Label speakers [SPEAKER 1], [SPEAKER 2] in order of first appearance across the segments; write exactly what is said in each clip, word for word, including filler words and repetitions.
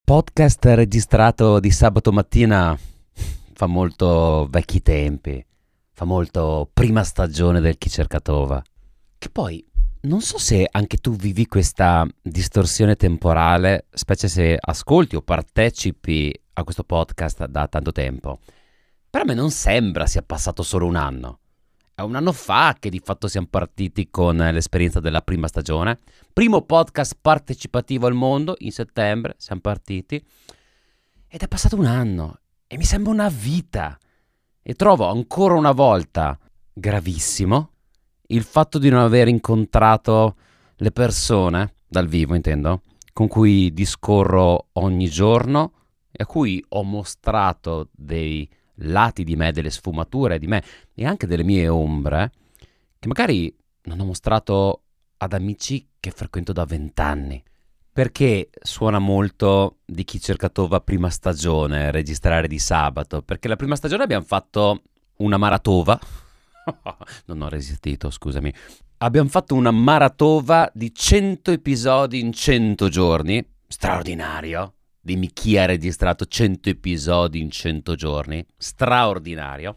[SPEAKER 1] podcast registrato di sabato mattina fa molto vecchi tempi, fa molto prima stagione del Chi cerca Tova. Che poi non so se anche tu vivi questa distorsione temporale, specie se ascolti o partecipi a questo podcast da tanto tempo. Per me non sembra sia passato solo un anno. È un anno fa che di fatto siamo partiti con l'esperienza della prima stagione. Primo podcast partecipativo al mondo, in settembre siamo partiti. Ed è passato un anno e mi sembra una vita. E trovo ancora una volta gravissimo il fatto di non aver incontrato le persone, dal vivo intendo, con cui discorro ogni giorno e a cui ho mostrato dei lati di me, delle sfumature di me e anche delle mie ombre che magari non ho mostrato ad amici che frequento da vent'anni. Perché suona molto di Chi cerca Tova prima stagione registrare di sabato? Perché la prima stagione abbiamo fatto una maratova non ho resistito, scusami abbiamo fatto una maratova di cento episodi in cento giorni, straordinario. Dimmi chi ha registrato cento episodi in cento giorni, straordinario.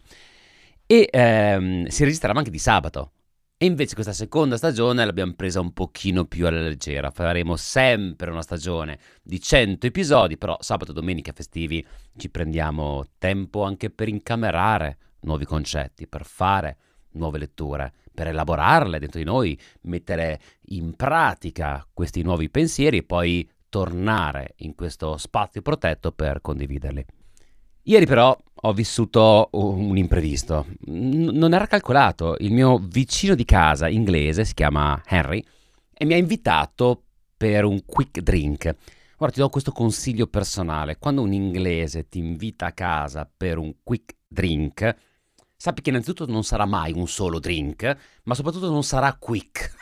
[SPEAKER 1] E ehm, si registrava anche di sabato. E invece questa seconda stagione l'abbiamo presa un pochino più alla leggera. Faremo sempre una stagione di cento episodi, però sabato e domenica festivi ci prendiamo tempo anche per incamerare nuovi concetti, per fare nuove letture, per elaborarle dentro di noi, mettere in pratica questi nuovi pensieri e poi tornare in questo spazio protetto per condividerli. Ieri però ho vissuto un imprevisto. N- non era calcolato. Il mio vicino di casa inglese si chiama Henry e mi ha invitato per un quick drink. Ora ti do questo consiglio personale. Quando un inglese ti invita a casa per un quick drink, sappi che innanzitutto non sarà mai un solo drink, ma soprattutto non sarà quick.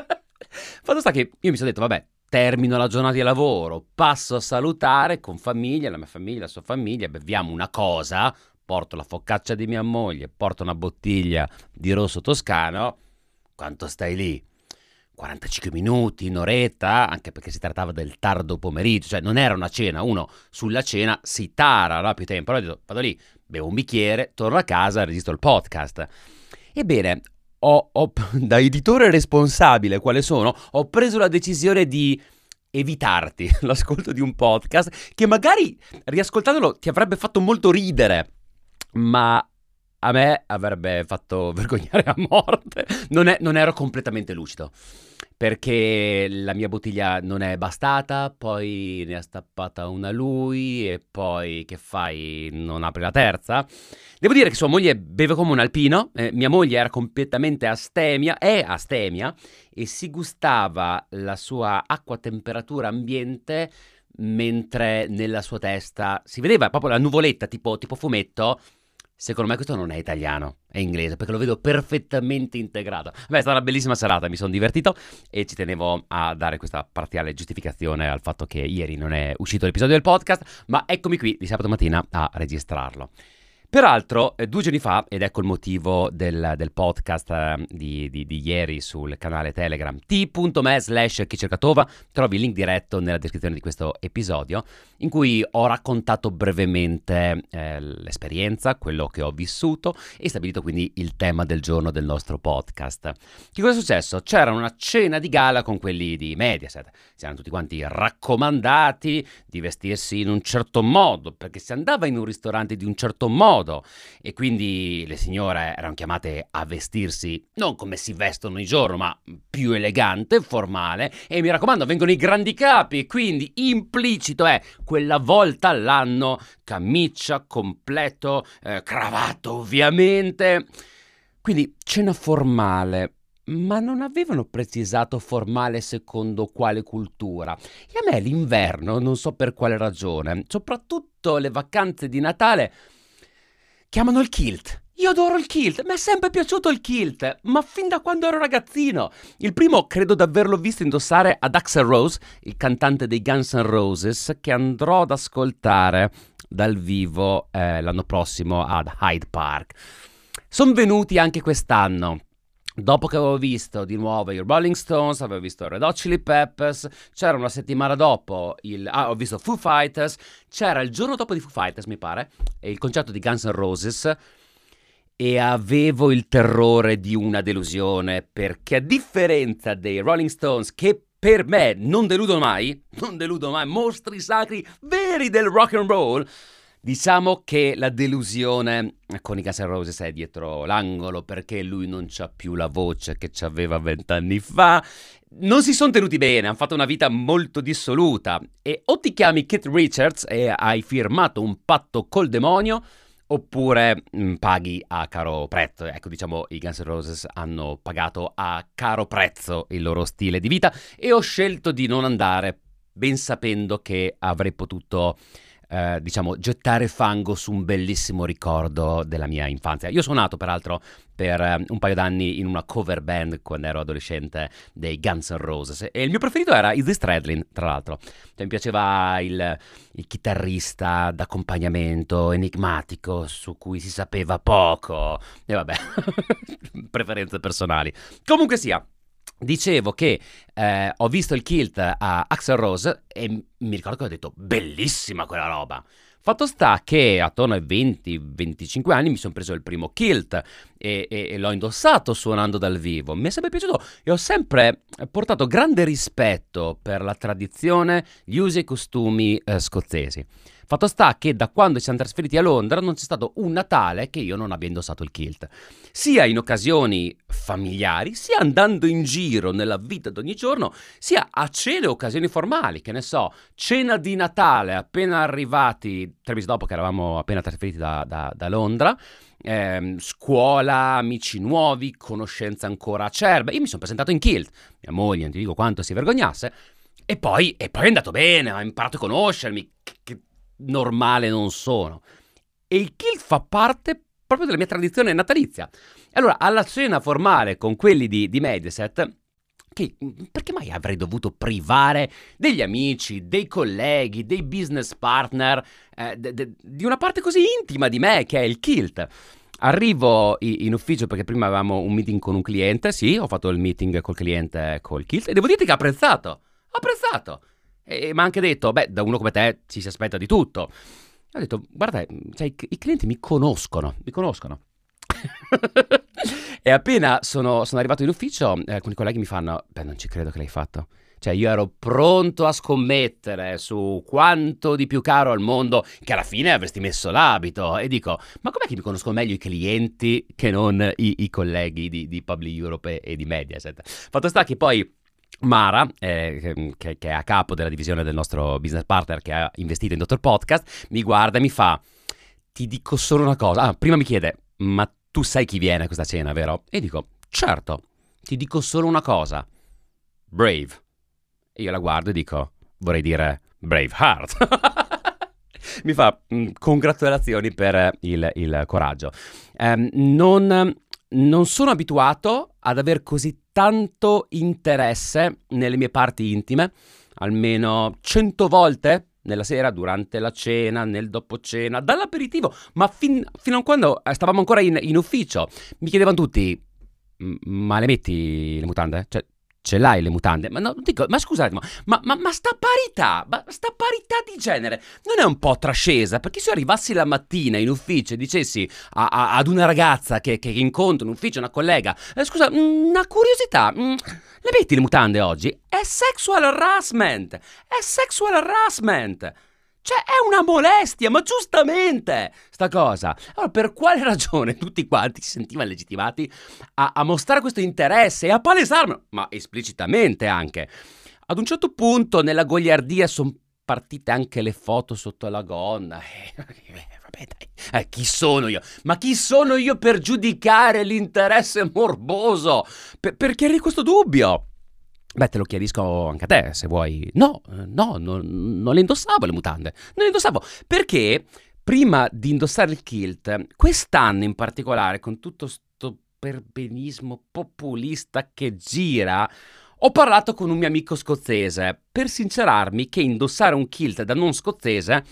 [SPEAKER 1] Fatto sta che io mi sono detto, vabbè, termino la giornata di lavoro, passo a salutare con famiglia, la mia famiglia, la sua famiglia, beviamo una cosa, porto la focaccia di mia moglie, porto una bottiglia di rosso toscano. Quanto stai lì? quarantacinque minuti, un'oretta, anche perché si trattava del tardo pomeriggio, cioè non era una cena, uno sulla cena si tara, non ha più tempo. Allora ho detto, vado lì, bevo un bicchiere, torno a casa, registro il podcast. Ebbene, Ho, ho, da editore responsabile quale sono, ho preso la decisione di evitarti l'ascolto di un podcast che magari riascoltandolo ti avrebbe fatto molto ridere, ma a me avrebbe fatto vergognare a morte. Non, è, non ero completamente lucido, perché la mia bottiglia non è bastata, poi ne ha stappata una lui e poi che fai? Non apri la terza? Devo dire che sua moglie beve come un alpino, eh, mia moglie era completamente astemia, è astemia, e si gustava la sua acqua a temperatura ambiente mentre nella sua testa si vedeva proprio la nuvoletta tipo, tipo fumetto. Secondo me questo non è italiano, è inglese, perché lo vedo perfettamente integrato. Beh, è stata una bellissima serata, mi sono divertito e ci tenevo a dare questa parziale giustificazione al fatto che ieri non è uscito l'episodio del podcast, ma eccomi qui di sabato mattina a registrarlo. Peraltro, eh, due giorni fa, ed ecco il motivo del, del podcast eh, di, di, di ieri sul canale Telegram, t.me slash chi cerca Tova, trovi il link diretto nella descrizione di questo episodio, in cui ho raccontato brevemente eh, l'esperienza, quello che ho vissuto e stabilito quindi il tema del giorno del nostro podcast. Che cosa è successo? C'era una cena di gala con quelli di Mediaset, si erano tutti quanti raccomandati di vestirsi in un certo modo, perché si andava in un ristorante di un certo modo, e quindi le signore erano chiamate a vestirsi non come si vestono di giorno, ma più elegante, formale, e mi raccomando vengono i grandi capi, quindi implicito è quella volta all'anno camicia, completo, eh, cravatta ovviamente, quindi cena formale. Ma non avevano precisato formale secondo quale cultura. E a me l'inverno, non so per quale ragione, soprattutto le vacanze di Natale, chiamano il kilt. Io adoro il kilt, mi è sempre piaciuto il kilt, ma fin da quando ero ragazzino. Il primo credo di averlo visto indossare ad Axl Rose, il cantante dei Guns N' Roses, che andrò ad ascoltare dal vivo eh, l'anno prossimo ad Hyde Park. Sono venuti anche quest'anno dopo che avevo visto di nuovo i Rolling Stones, avevo visto i Red Hot Chili Peppers, c'era una settimana dopo il... Ah, ho visto Foo Fighters, c'era il giorno dopo di Foo Fighters, mi pare, e il concerto di Guns N' Roses, e avevo il terrore di una delusione, perché a differenza dei Rolling Stones, che per me non deludono mai, non deludono mai, mostri sacri veri del rock and roll, diciamo che la delusione con i Guns N' Roses è dietro l'angolo, perché lui non c'ha più la voce che c'aveva vent'anni fa, non si sono tenuti bene, hanno fatto una vita molto dissoluta, e o ti chiami Keith Richards e hai firmato un patto col demonio, oppure mh, paghi a caro prezzo. Ecco, diciamo, i Guns N' Roses hanno pagato a caro prezzo il loro stile di vita, e ho scelto di non andare, ben sapendo che avrei potuto... Eh, diciamo, gettare fango su un bellissimo ricordo della mia infanzia. Io sono nato, peraltro, per eh, un paio d'anni in una cover band quando ero adolescente dei Guns N' Roses, e il mio preferito era Izzy Stradlin, tra l'altro. Cioè, mi piaceva il, il chitarrista d'accompagnamento enigmatico su cui si sapeva poco, e vabbè, preferenze personali. Comunque sia, dicevo che eh, ho visto il Kilt a Axl Rose e mi ricordo che ho detto bellissima quella roba. Fatto sta che attorno ai venti venticinque anni mi sono preso il primo Kilt e, e, e l'ho indossato suonando dal vivo. Mi è sempre piaciuto e ho sempre portato grande rispetto per la tradizione, gli usi e i costumi eh, scozzesi. Fatto sta che da quando ci siamo trasferiti a Londra non c'è stato un Natale che io non abbia indossato il kilt, sia in occasioni familiari, sia andando in giro nella vita d'ogni giorno, sia a cene e occasioni formali, che ne so, cena di Natale appena arrivati, tre mesi dopo che eravamo appena trasferiti da, da, da Londra, ehm, scuola, amici nuovi, conoscenze ancora acerbe. Io mi sono presentato in kilt, mia moglie, non ti dico quanto si vergognasse, e poi, e poi è andato bene, ho imparato a conoscermi, che normale non sono, e il kilt fa parte proprio della mia tradizione natalizia. Allora, alla cena formale con quelli di, di Mediaset, che perché mai avrei dovuto privare degli amici, dei colleghi, dei business partner eh, de, de, di una parte così intima di me che è il kilt? Arrivo in ufficio perché prima avevamo un meeting con un cliente, sì, ho fatto il meeting col cliente col kilt, e devo dirti che ha apprezzato, ha apprezzato. E mi ha anche detto, beh, da uno come te ci si aspetta di tutto. Ho detto, guarda, cioè, i, i clienti mi conoscono, mi conoscono. E appena sono, sono arrivato in ufficio, eh, alcuni colleghi mi fanno, beh, non ci credo che l'hai fatto. Cioè, io ero pronto a scommettere su quanto di più caro al mondo che alla fine avresti messo l'abito. E dico, ma com'è che mi conoscono meglio i clienti che non i, i colleghi di, di Public Europe e di Mediaset? Fatto sta che poi Mara, eh, che, che è a capo della divisione del nostro business partner che ha investito in Dottor Podcast, mi guarda e mi fa, ti dico solo una cosa. Ah, prima mi chiede, ma tu sai chi viene a questa cena, vero? E dico, certo, ti dico solo una cosa, Brave. E io la guardo e dico, vorrei dire Braveheart. Mi fa, congratulazioni per il, il coraggio. Um, non... Non sono abituato ad aver così tanto interesse nelle mie parti intime, almeno cento volte nella sera, durante la cena, nel dopo cena, dall'aperitivo, ma fin, fino a quando stavamo ancora in, in ufficio. Mi chiedevano tutti, ma le metti le mutande? Cioè, ce l'hai le mutande? Ma no, dico, ma scusate, ma, ma, ma sta parità, ma sta parità di genere non è un po' trascesa? Perché se io arrivassi la mattina in ufficio e dicessi a, a, ad una ragazza che, che incontro in ufficio, una collega, eh, scusa, una curiosità, mh, le metti le mutande oggi? È sexual harassment, è sexual harassment. Cioè, è una molestia, ma giustamente, sta cosa. Allora, per quale ragione tutti quanti si sentivano legittimati a, a mostrare questo interesse e a palesarmelo, ma esplicitamente anche? Ad un certo punto, nella goliardia, sono partite anche le foto sotto la gonna. Eh, vabbè, dai, eh, chi sono io? Ma chi sono io per giudicare l'interesse morboso? Per, perché eri questo dubbio? Beh, te lo chiarisco anche a te, se vuoi. No, no, non, non le indossavo le mutande. Non le indossavo, perché prima di indossare il kilt, quest'anno in particolare, con tutto sto perbenismo populista che gira, ho parlato con un mio amico scozzese per sincerarmi che indossare un kilt da non scozzese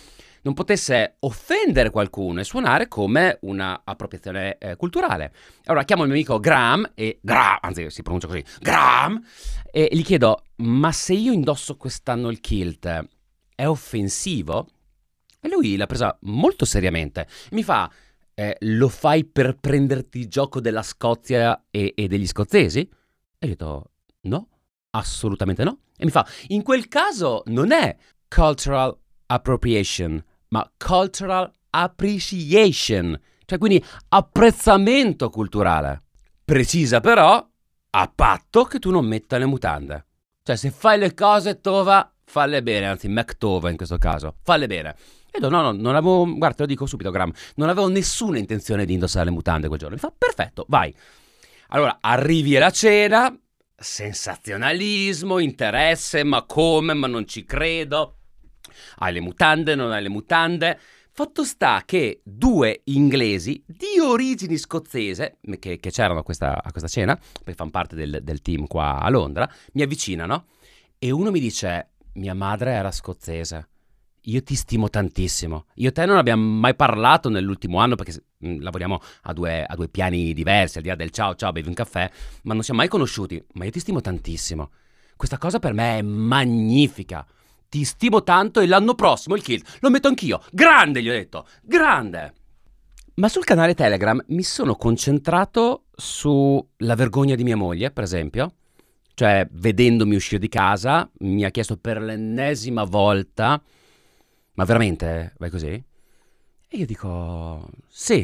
[SPEAKER 1] non potesse offendere qualcuno e suonare come una appropriazione eh, culturale. Allora chiamo il mio amico Graham, e Graham, anzi si pronuncia così, Graham, e gli chiedo, ma se io indosso quest'anno il kilt è offensivo? E lui l'ha presa molto seriamente e mi fa, eh, lo fai per prenderti gioco della Scozia e, e degli scozzesi? E io ho detto, no, assolutamente no. E mi fa, in quel caso non è cultural appropriation, ma cultural appreciation, cioè quindi apprezzamento culturale. Precisa però, a patto che tu non metta le mutande. Cioè se fai le cose tova, falle bene, anzi McTova in questo caso, falle bene. E dico, no, no, non avevo, guarda te lo dico subito Graham, non avevo nessuna intenzione di indossare le mutande quel giorno. Mi fa, perfetto, vai. Allora, arrivi alla cena, sensazionalismo, interesse, ma come, ma non ci credo. Hai le mutande, non hai le mutande. Fatto sta che due inglesi di origini scozzese, che, che c'erano a questa, a questa cena, perché fanno parte del, del team qua a Londra, mi avvicinano e uno mi dice, mia madre era scozzese. Io ti stimo tantissimo. Io e te non abbiamo mai parlato nell'ultimo anno perché mh, lavoriamo a due, a due piani diversi, al di là del ciao ciao bevi un caffè, ma non siamo mai conosciuti. Ma io ti stimo tantissimo. Questa cosa per me è magnifica. Ti stimo tanto e l'anno prossimo il kilt lo metto anch'io. Grande, gli ho detto. Grande. Ma sul canale Telegram mi sono concentrato sulla vergogna di mia moglie, per esempio. Cioè, vedendomi uscire di casa, mi ha chiesto per l'ennesima volta, ma veramente vai così? E io dico, sì.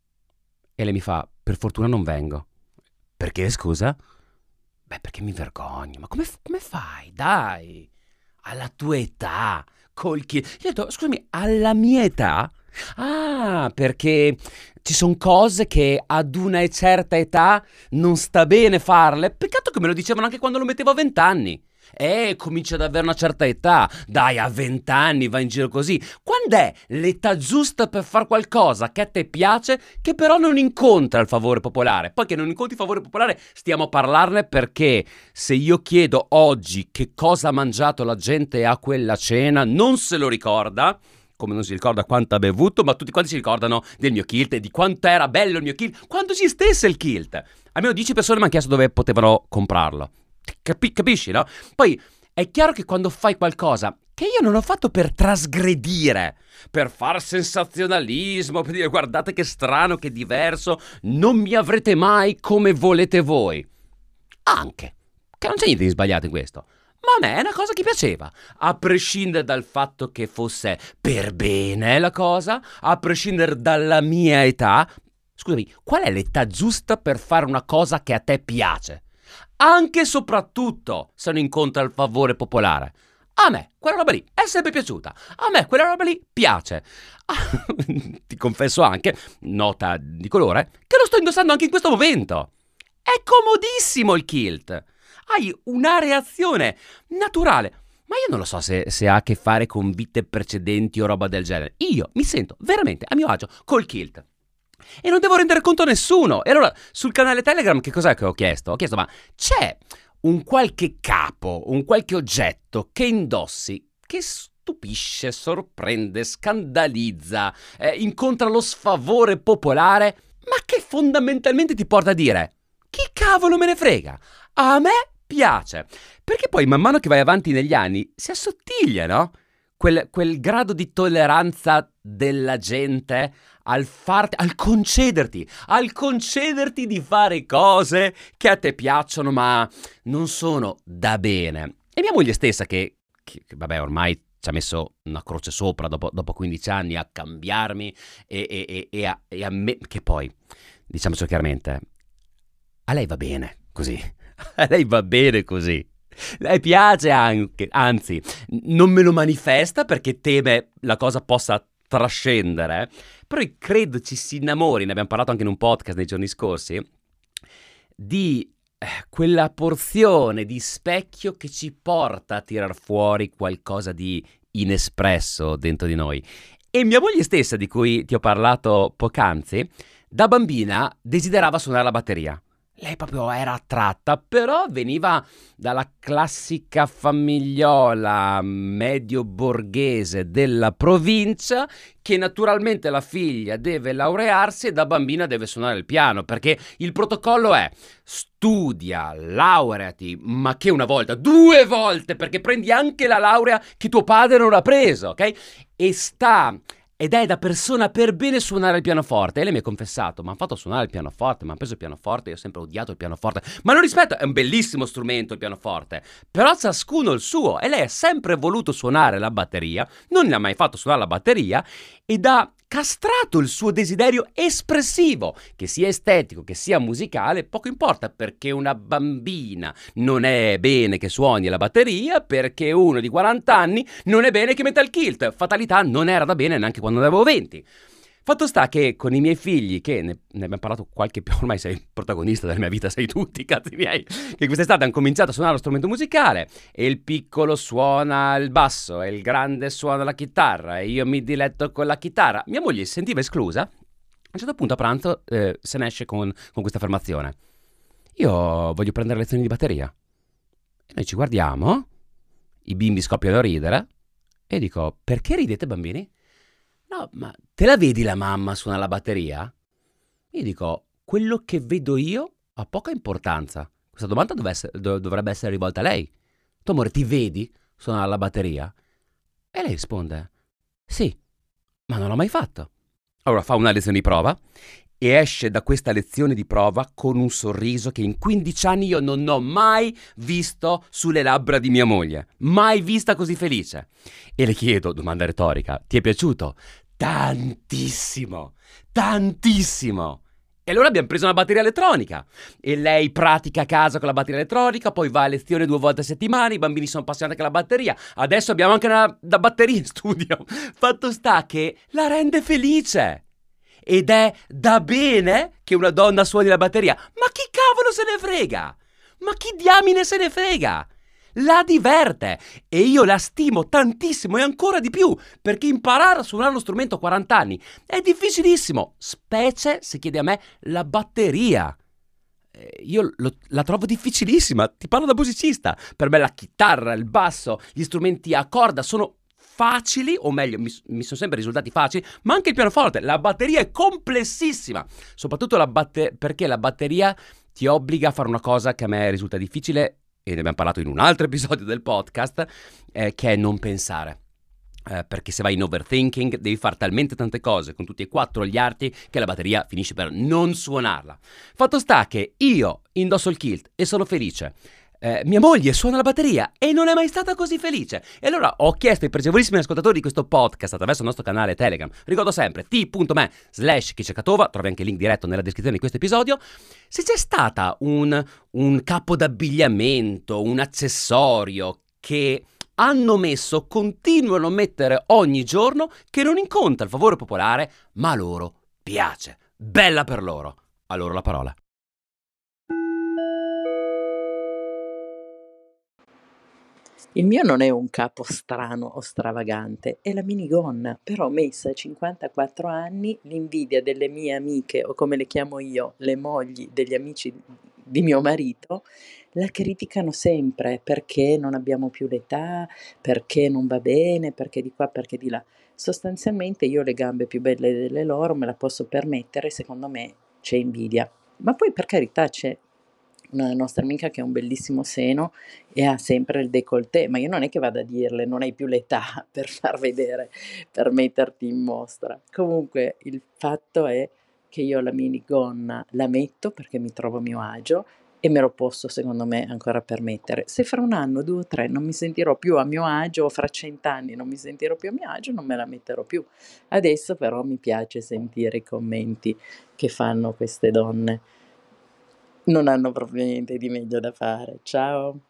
[SPEAKER 1] E lei mi fa, per fortuna non vengo. Perché, scusa? Beh, perché mi vergogno. Ma come, come fai? Dai, alla tua età, col chi... Io ho detto, scusami, alla mia età? Ah, perché ci sono cose che ad una certa età non sta bene farle. Peccato che me lo dicevano anche quando lo mettevo a vent'anni. Eh, comincia ad avere una certa età. Dai, a vent'anni vai in giro così. Quando è l'età giusta per fare qualcosa che a te piace, che però non incontra il favore popolare? Poi che non incontri il favore popolare, stiamo a parlarne, perché se io chiedo oggi che cosa ha mangiato la gente a quella cena, non se lo ricorda, come non si ricorda quanto ha bevuto, ma tutti quanti si ricordano del mio kilt e di quanto era bello il mio kilt, quando ci stesse il kilt. Almeno dieci persone mi hanno chiesto dove potevano comprarlo. Capi- capisci, no? Poi è chiaro che quando fai qualcosa che io non ho fatto per trasgredire, per far sensazionalismo, per dire guardate che strano, che diverso, non mi avrete mai come volete voi. Anche, che non c'è niente di sbagliato in questo. Ma a me è una cosa che piaceva, a prescindere dal fatto che fosse per bene la cosa, a prescindere dalla mia età. Scusami, qual è l'età giusta per fare una cosa che a te piace? Anche e soprattutto se non incontra il favore popolare. A me quella roba lì è sempre piaciuta. A me quella roba lì piace. Ah, ti confesso anche, nota di colore, che lo sto indossando anche in questo momento. È comodissimo il kilt. Hai una reazione naturale. Ma io non lo so se, se ha a che fare con vite precedenti o roba del genere. Io mi sento veramente a mio agio col kilt. E non devo rendere conto a nessuno. E allora sul canale Telegram che cos'è che ho chiesto? Ho chiesto, ma c'è un qualche capo, un qualche oggetto che indossi che stupisce, sorprende, scandalizza, eh, incontra lo sfavore popolare, ma che fondamentalmente ti porta a dire chi cavolo me ne frega? A me piace. Perché poi man mano che vai avanti negli anni si assottiglia, no? Quel, quel grado di tolleranza della gente al farti, al concederti, al concederti di fare cose che a te piacciono ma non sono da bene. E mia moglie stessa che, che, che vabbè ormai ci ha messo una croce sopra dopo, dopo quindici anni a cambiarmi e, e, e, e, a, e a me, che poi, diciamocelo chiaramente, a lei va bene così, a lei va bene così. Lei piace anche, anzi, non me lo manifesta perché teme la cosa possa trascendere, però io credo ci si innamori, ne abbiamo parlato anche in un podcast nei giorni scorsi, di eh, quella porzione di specchio che ci porta a tirar fuori qualcosa di inespresso dentro di noi. E mia moglie stessa, di cui ti ho parlato poc'anzi, da bambina desiderava suonare la batteria. Lei proprio era attratta, però veniva dalla classica famigliola medio borghese della provincia, che naturalmente la figlia deve laurearsi e da bambina deve suonare il piano, perché il protocollo è studia, laureati, ma che una volta, due volte, perché prendi anche la laurea che tuo padre non ha preso, ok? E sta ed è da persona per bene suonare il pianoforte. E lei mi ha confessato: mi hanno fatto suonare il pianoforte, mi hanno preso il pianoforte, io ho sempre odiato il pianoforte. Ma non rispetto, è un bellissimo strumento il pianoforte, però ciascuno il suo. E lei ha sempre voluto suonare la batteria, non ne ha mai fatto suonare la batteria ed ha castrato il suo desiderio espressivo, che sia estetico, che sia musicale, poco importa, perché una bambina non è bene che suoni la batteria, perché uno di quaranta anni non è bene che metta il kilt. Fatalità, non era da bene neanche quando ne avevo venti. Fatto sta che con i miei figli, che ne, ne abbiamo parlato qualche più, ormai sei il protagonista della mia vita, sei tutti, cazzi miei, che quest'estate hanno cominciato a suonare lo strumento musicale e il piccolo suona il basso e il grande suona la chitarra e io mi diletto con la chitarra. Mia moglie si sentiva esclusa. A un certo punto a pranzo eh, se ne esce con, con questa affermazione: io voglio prendere lezioni di batteria. E noi ci guardiamo, i bimbi scoppiano a ridere e dico: perché ridete, bambini? No, ma te la vedi la mamma suona la batteria? Io dico: quello che vedo io ha poca importanza. Questa domanda dov essere- dov- dovrebbe essere rivolta a lei. Tu, amore, ti vedi suonare la batteria? E lei risponde: sì, ma non l'ho mai fatto. Allora fa una lezione di prova e esce da questa lezione di prova con un sorriso che in quindici anni io non ho mai visto sulle labbra di mia moglie. Mai vista così felice. E le chiedo, domanda retorica: ti è piaciuto? Tantissimo, tantissimo. E allora abbiamo preso una batteria elettronica e lei pratica a casa con la batteria elettronica, poi va a lezione due volte a settimana, i bambini sono appassionati con la batteria, adesso abbiamo anche una da batteria in studio. Fatto sta che la rende felice. Ed è da bene che una donna suoni la batteria. Ma chi cavolo se ne frega? Ma chi diamine se ne frega? La diverte e io la stimo tantissimo e ancora di più, perché imparare a suonare lo strumento a quaranta anni è difficilissimo, specie se chiede a me la batteria. Eh, Io lo- la trovo difficilissima, ti parlo da musicista. Per me la chitarra, il basso, gli strumenti a corda sono facili, o meglio, mi, mi sono sempre risultati facili, ma anche il pianoforte. La batteria è complessissima, soprattutto la batte- perché la batteria ti obbliga a fare una cosa che a me risulta difficile, e ne abbiamo parlato in un altro episodio del podcast, eh, che è non pensare. Eh, perché se vai in overthinking devi fare talmente tante cose con tutti e quattro gli arti che la batteria finisce per non suonarla. Fatto sta che io indosso il kilt e sono felice. Eh, mia moglie suona la batteria e non è mai stata così felice. E allora ho chiesto ai pregevolissimi ascoltatori di questo podcast attraverso il nostro canale Telegram, ricordo sempre t.me slash chicercatova, trovi anche il link diretto nella descrizione di questo episodio, se c'è stata un, un capo d'abbigliamento, un accessorio che hanno messo, continuano a mettere ogni giorno, che non incontra il favore popolare, ma a loro piace. Bella per loro. A loro la parola.
[SPEAKER 2] Il mio non è un capo strano o stravagante, è la minigonna, però messa a cinquantaquattro anni, l'invidia delle mie amiche, o come le chiamo io, le mogli degli amici di mio marito, la criticano sempre perché non abbiamo più l'età, perché non va bene, perché di qua, perché di là. Sostanzialmente io ho le gambe più belle delle loro, me la posso permettere, secondo me c'è invidia. Ma poi per carità c'è una nostra amica che ha un bellissimo seno e ha sempre il décolleté, ma io non è che vado a dirle non hai più l'età per far vedere, per metterti in mostra. Comunque il fatto è che io la minigonna la metto perché mi trovo a mio agio e me lo posso secondo me ancora permettere. Se fra un anno, due o tre non mi sentirò più a mio agio o fra cent'anni non mi sentirò più a mio agio, non me la metterò più. Adesso però mi piace sentire i commenti che fanno queste donne. Non hanno proprio niente di meglio da fare. Ciao.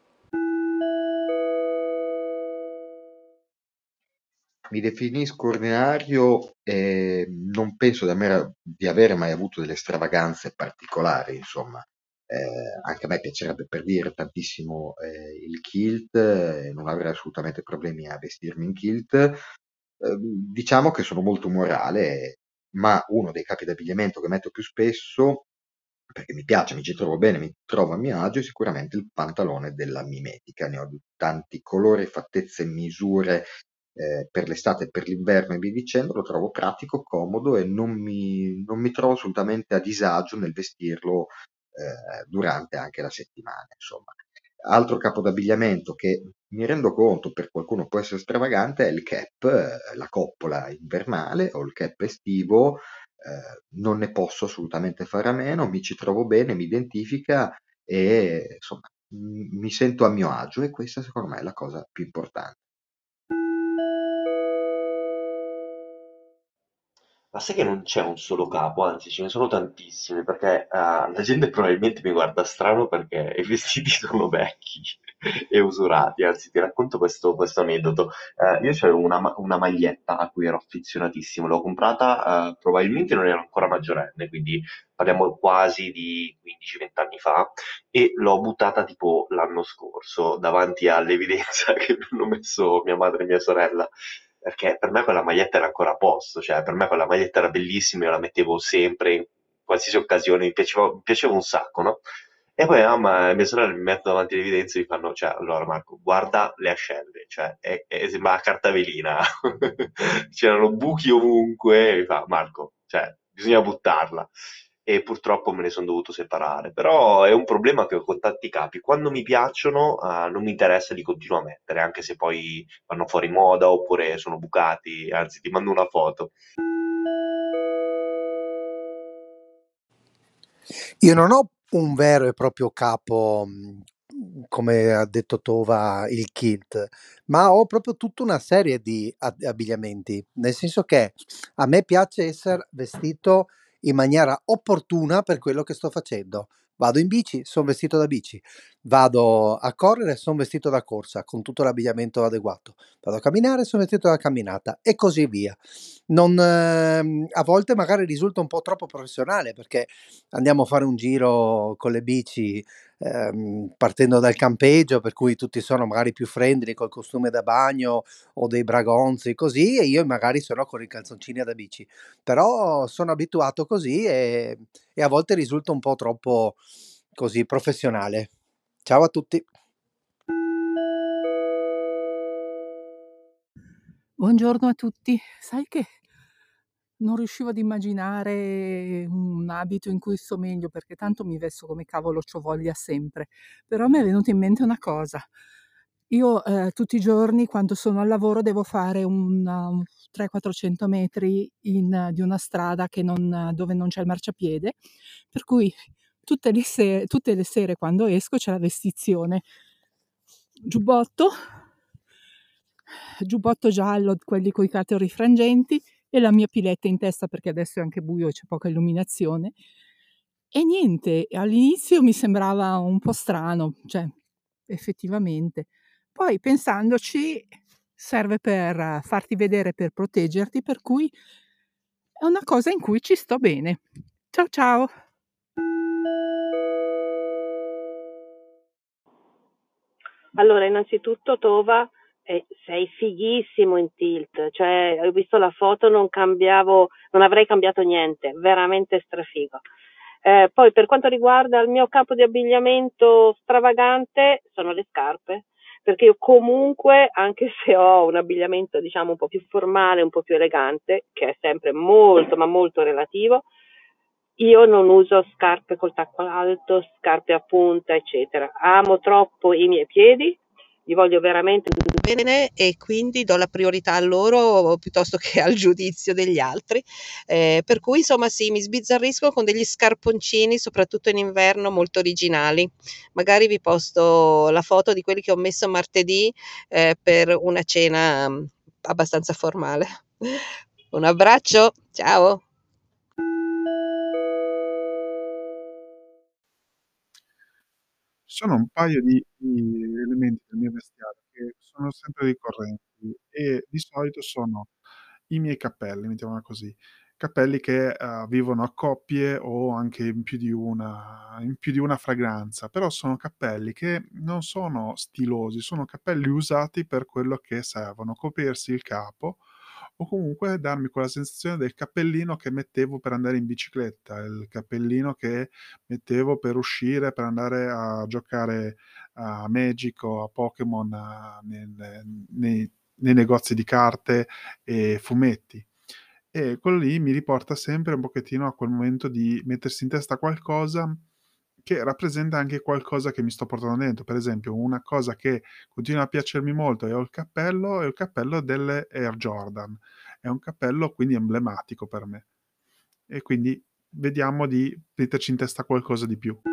[SPEAKER 3] Mi definisco ordinario e non penso di aver, di avere mai avuto delle stravaganze particolari, insomma. Eh, anche a me piacerebbe per dire tantissimo eh, il kilt, eh, non avrei assolutamente problemi a vestirmi in kilt. Eh, diciamo che sono molto morale, ma uno dei capi d'abbigliamento che metto più spesso perché mi piace, mi ci trovo bene, mi trovo a mio agio, è sicuramente il pantalone della mimetica. Ne ho di tanti colori, fattezze, misure, eh, per l'estate e per l'inverno e via dicendo, lo trovo pratico, comodo e non mi, non mi trovo assolutamente a disagio nel vestirlo eh, durante anche la settimana, insomma. Altro capo d'abbigliamento che mi rendo conto per qualcuno può essere stravagante è il cap, eh, la coppola invernale o il cap estivo, eh, non ne posso assolutamente fare a meno, mi ci trovo bene, mi identifica e insomma m- mi sento a mio agio e questa secondo me è la cosa più importante.
[SPEAKER 4] Ma sai che non c'è un solo capo, anzi ce ne sono tantissimi, perché eh, la gente probabilmente mi guarda strano perché i vestiti sono vecchi e usurati. Anzi, ti racconto questo, questo aneddoto. Eh, io c'avevo una, ma- una maglietta a cui ero affezionatissimo, l'ho comprata, eh, probabilmente non ero ancora maggiorenne, quindi parliamo quasi di quindici venti anni fa, e l'ho buttata tipo l'anno scorso davanti all'evidenza che mi hanno messo mia madre e mia sorella, perché per me quella maglietta era ancora a posto, cioè per me quella maglietta era bellissima, io la mettevo sempre, in qualsiasi occasione, mi piaceva, mi piaceva un sacco, no? E poi mamma e mia sorella mi mettono davanti all'evidenza e mi fanno, cioè, allora Marco, guarda le ascelle, cioè, è, è, sembra una carta velina, c'erano buchi ovunque, e mi fa, Marco, cioè, bisogna buttarla. E purtroppo me ne sono dovuto separare, però è un problema che ho con tanti capi, quando mi piacciono, eh, non mi interessa di continuare a mettere, anche se poi vanno fuori moda oppure sono bucati, anzi ti mando una foto.
[SPEAKER 5] Io non ho un vero e proprio capo, mh, come ha detto Tova, il kilt, ma ho proprio tutta una serie di a- abbigliamenti, nel senso che a me piace essere vestito in maniera opportuna per quello che sto facendo. Vado in bici, sono vestito da bici, vado a correre, sono vestito da corsa, con tutto l'abbigliamento adeguato, vado a camminare, sono vestito da camminata e così via. Non, ehm, a volte magari risulta un po' troppo professionale perché andiamo a fare un giro con le bici, ehm, partendo dal campeggio, per cui tutti sono magari più friendly col costume da bagno o dei bragonzi così, e io magari sono con i calzoncini da bici. Però sono abituato così e, e a volte risulta un po' troppo così professionale. Ciao a tutti.
[SPEAKER 6] Buongiorno a tutti. Sai che non riuscivo ad immaginare un abito in cui sto meglio, perché tanto mi vesto come cavolo c'ho voglia sempre. Però mi è venuta in mente una cosa. Io eh, tutti i giorni quando sono al lavoro devo fare un, um, trecento-quattrocento metri in- di una strada che non- dove non c'è il marciapiede, per cui tutte le, se- tutte le sere quando esco c'è la vestizione. Giubbotto, giubbotto giallo, quelli coi catori frangenti, e la mia piletta in testa perché adesso è anche buio e c'è poca illuminazione. E niente, all'inizio mi sembrava un po' strano, cioè effettivamente. Poi pensandoci serve per farti vedere, per proteggerti, per cui è una cosa in cui ci sto bene. Ciao ciao!
[SPEAKER 7] Allora, innanzitutto Tova, eh, sei fighissimo in tilt, cioè ho visto la foto, non cambiavo, non avrei cambiato niente, veramente strafigo. Eh, poi per quanto riguarda il mio capo di abbigliamento stravagante, sono le scarpe, perché io comunque, anche se ho un abbigliamento diciamo un po' più formale, un po' più elegante, che è sempre molto ma molto relativo, io non uso scarpe col tacco alto, scarpe a punta, eccetera. Amo troppo i miei piedi, li voglio veramente bene e quindi do la priorità a loro piuttosto che al giudizio degli altri. Eh, per cui insomma sì, mi sbizzarrisco con degli scarponcini, soprattutto in inverno, molto originali. Magari vi posto la foto di quelli che ho messo martedì eh, per una cena mm, abbastanza formale. Un abbraccio, ciao!
[SPEAKER 8] Sono un paio di, di elementi del mio vestiario che sono sempre ricorrenti e di solito sono i miei cappelli, mettiamola così, cappelli che eh, vivono a coppie o anche in più di una, in più di una fragranza, però sono cappelli che non sono stilosi, sono cappelli usati per quello che servono, coprirsi il capo o comunque darmi quella sensazione del cappellino che mettevo per andare in bicicletta, il cappellino che mettevo per uscire, per andare a giocare a Magic o a Pokémon a- nel- nei, nei negozi di carte e fumetti. E quello lì mi riporta sempre un pochettino a quel momento di mettersi in testa qualcosa che rappresenta anche qualcosa che mi sto portando dentro. Per esempio, una cosa che continua a piacermi molto e ho il cappello, è il cappello delle Air Jordan. È un cappello quindi emblematico per me. E quindi vediamo di metterci in testa qualcosa di più.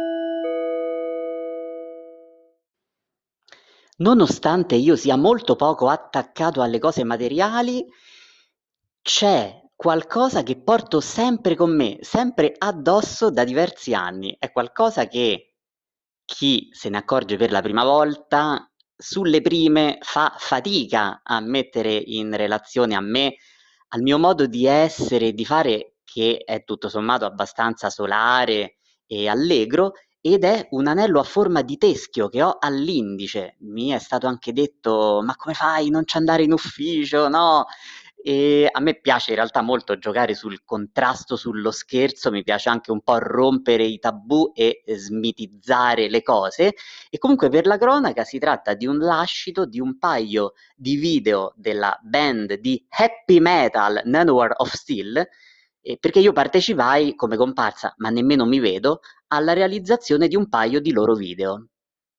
[SPEAKER 9] Nonostante io sia molto poco attaccato alle cose materiali, c'è qualcosa che porto sempre con me, sempre addosso da diversi anni. È qualcosa che chi se ne accorge per la prima volta, sulle prime fa fatica a mettere in relazione a me, al mio modo di essere e di fare, che è tutto sommato abbastanza solare e allegro, ed è un anello a forma di teschio che ho all'indice. Mi è stato anche detto: ma come fai, non ci andare in ufficio, no? E a me piace in realtà molto giocare sul contrasto, sullo scherzo, mi piace anche un po' rompere i tabù e smitizzare le cose. E comunque, per la cronaca, si tratta di un lascito di un paio di video della band di happy metal Nanowar of Steel, eh, perché io partecipai come comparsa, ma nemmeno mi vedo, alla realizzazione di un paio di loro video.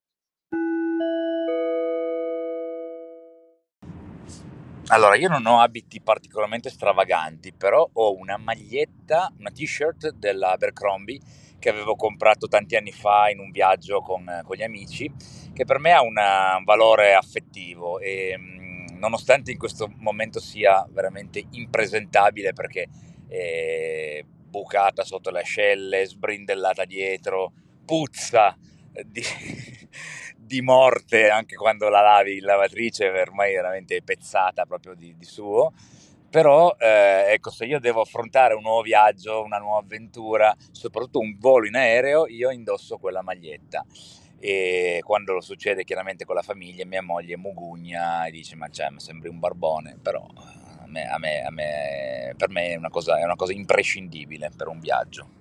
[SPEAKER 10] Allora, io non ho abiti particolarmente stravaganti, però ho una maglietta, una t-shirt della Abercrombie che avevo comprato tanti anni fa in un viaggio con, con gli amici, che per me ha una- un valore affettivo e mh, nonostante in questo momento sia veramente impresentabile perché è bucata sotto le ascelle, sbrindellata dietro, puzza di, di morte anche quando la lavi in lavatrice, ormai veramente pezzata proprio di, di suo. Però eh, ecco, se io devo affrontare un nuovo viaggio, una nuova avventura, soprattutto un volo in aereo, io indosso quella maglietta. E quando lo succede chiaramente con la famiglia, mia moglie mugugna e dice: ma cioè, mi sembri un barbone. Però a me, a me, a me, per me è una cosa, è una cosa imprescindibile per un viaggio.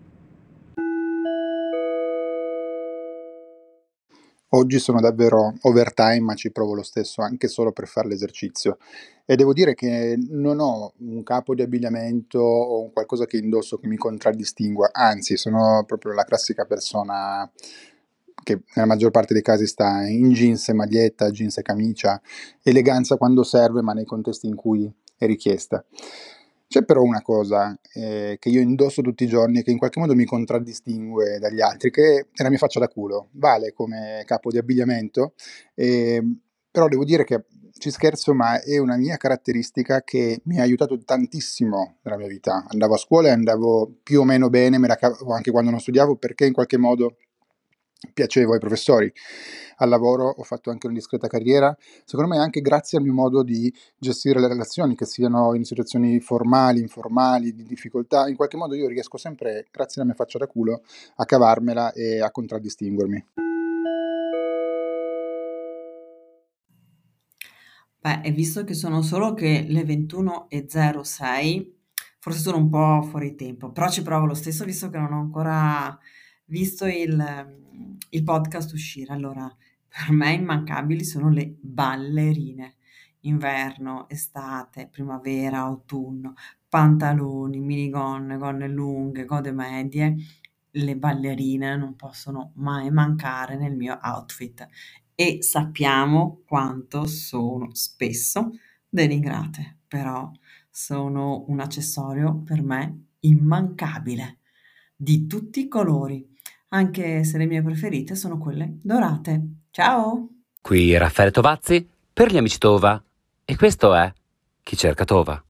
[SPEAKER 11] Oggi sono davvero overtime, ma ci provo lo stesso, anche solo per fare l'esercizio. E devo dire che non ho un capo di abbigliamento o un qualcosa che indosso che mi contraddistingua, anzi, sono proprio la classica persona che nella maggior parte dei casi sta in jeans e maglietta, jeans e camicia, eleganza quando serve, ma nei contesti in cui è richiesta. C'è però una cosa eh, che io indosso tutti i giorni e che in qualche modo mi contraddistingue dagli altri, che è la mia faccia da culo. Vale come capo di abbigliamento, eh, però devo dire che ci scherzo, ma è una mia caratteristica che mi ha aiutato tantissimo nella mia vita. Andavo a scuola e andavo più o meno bene, me la cavavo anche quando non studiavo, perché in qualche modo piacevo ai professori. Al lavoro ho fatto anche una discreta carriera, secondo me anche grazie al mio modo di gestire le relazioni, che siano in situazioni formali, informali, di difficoltà. In qualche modo io riesco sempre, grazie alla mia faccia da culo, a cavarmela e a contraddistinguermi.
[SPEAKER 12] Beh, e visto che sono solo che le ventuno e zero sei, forse sono un po' fuori tempo, però ci provo lo stesso visto che non ho ancora visto il, ehm, il podcast uscire. Allora, per me immancabili sono le ballerine. Inverno, estate, primavera, autunno, pantaloni, minigonne, gonne lunghe, code medie. Le ballerine non possono mai mancare nel mio outfit e sappiamo quanto sono spesso denigrate, però sono un accessorio per me immancabile, di tutti i colori, anche se le mie preferite sono quelle dorate. Ciao!
[SPEAKER 1] Qui Raffaele Tovazzi per gli amici Tova e questo è Chi cerca Tova.